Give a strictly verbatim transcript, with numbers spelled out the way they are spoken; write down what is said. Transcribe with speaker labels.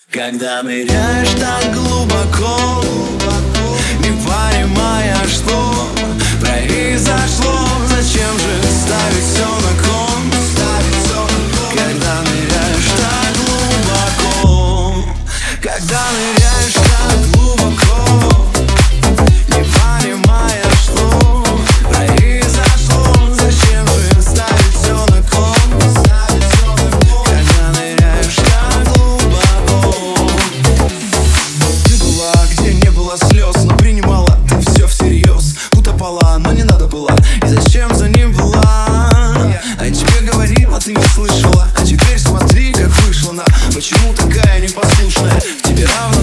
Speaker 1: Когда ныряешь так глубоко, не понимая, что произошло, зачем же ставить все на кон? Когда ныряешь так глубоко, когда ныряешь так глубоко, не понимая, что произошло, зачем же ставить все на кон? Когда ныряешь так глубоко. Ты была, где не было слез, но принимала ты все всерьез. Утопала, но не надо было, и зачем за ним была? А я тебе говорила, ты не слышала, а теперь смотри, как вышло на. Почему такая непослушная? В тебе равно